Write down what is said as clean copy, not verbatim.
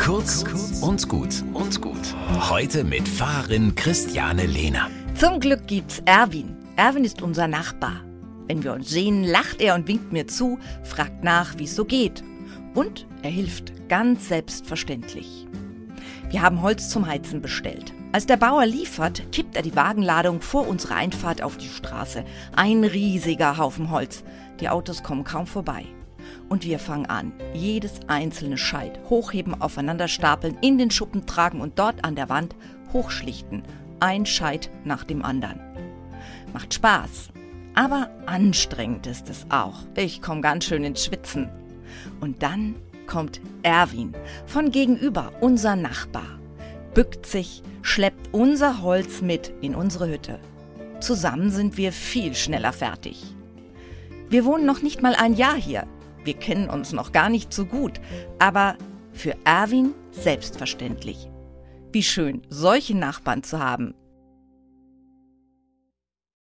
Kurz und gut. Heute mit Pfarrerin Christiane Lehner. Zum Glück gibt's Erwin. Erwin ist unser Nachbar. Wenn wir uns sehen, lacht er und winkt mir zu, fragt nach, wie es so geht. Und er hilft ganz selbstverständlich. Wir haben Holz zum Heizen bestellt. Als der Bauer liefert, kippt er die Wagenladung vor unserer Einfahrt auf die Straße. Ein riesiger Haufen Holz. Die Autos kommen kaum vorbei. Und wir fangen an, jedes einzelne Scheit hochheben, aufeinander stapeln, in den Schuppen tragen und dort an der Wand hochschlichten. Ein Scheit nach dem anderen. Macht Spaß. Aber anstrengend ist es auch. Ich komme ganz schön ins Schwitzen. Und dann kommt Erwin von gegenüber, unser Nachbar. Bückt sich, schleppt unser Holz mit in unsere Hütte. Zusammen sind wir viel schneller fertig. Wir wohnen noch nicht mal ein Jahr hier. Wir kennen uns noch gar nicht so gut. Aber für Erwin selbstverständlich. Wie schön, solche Nachbarn zu haben.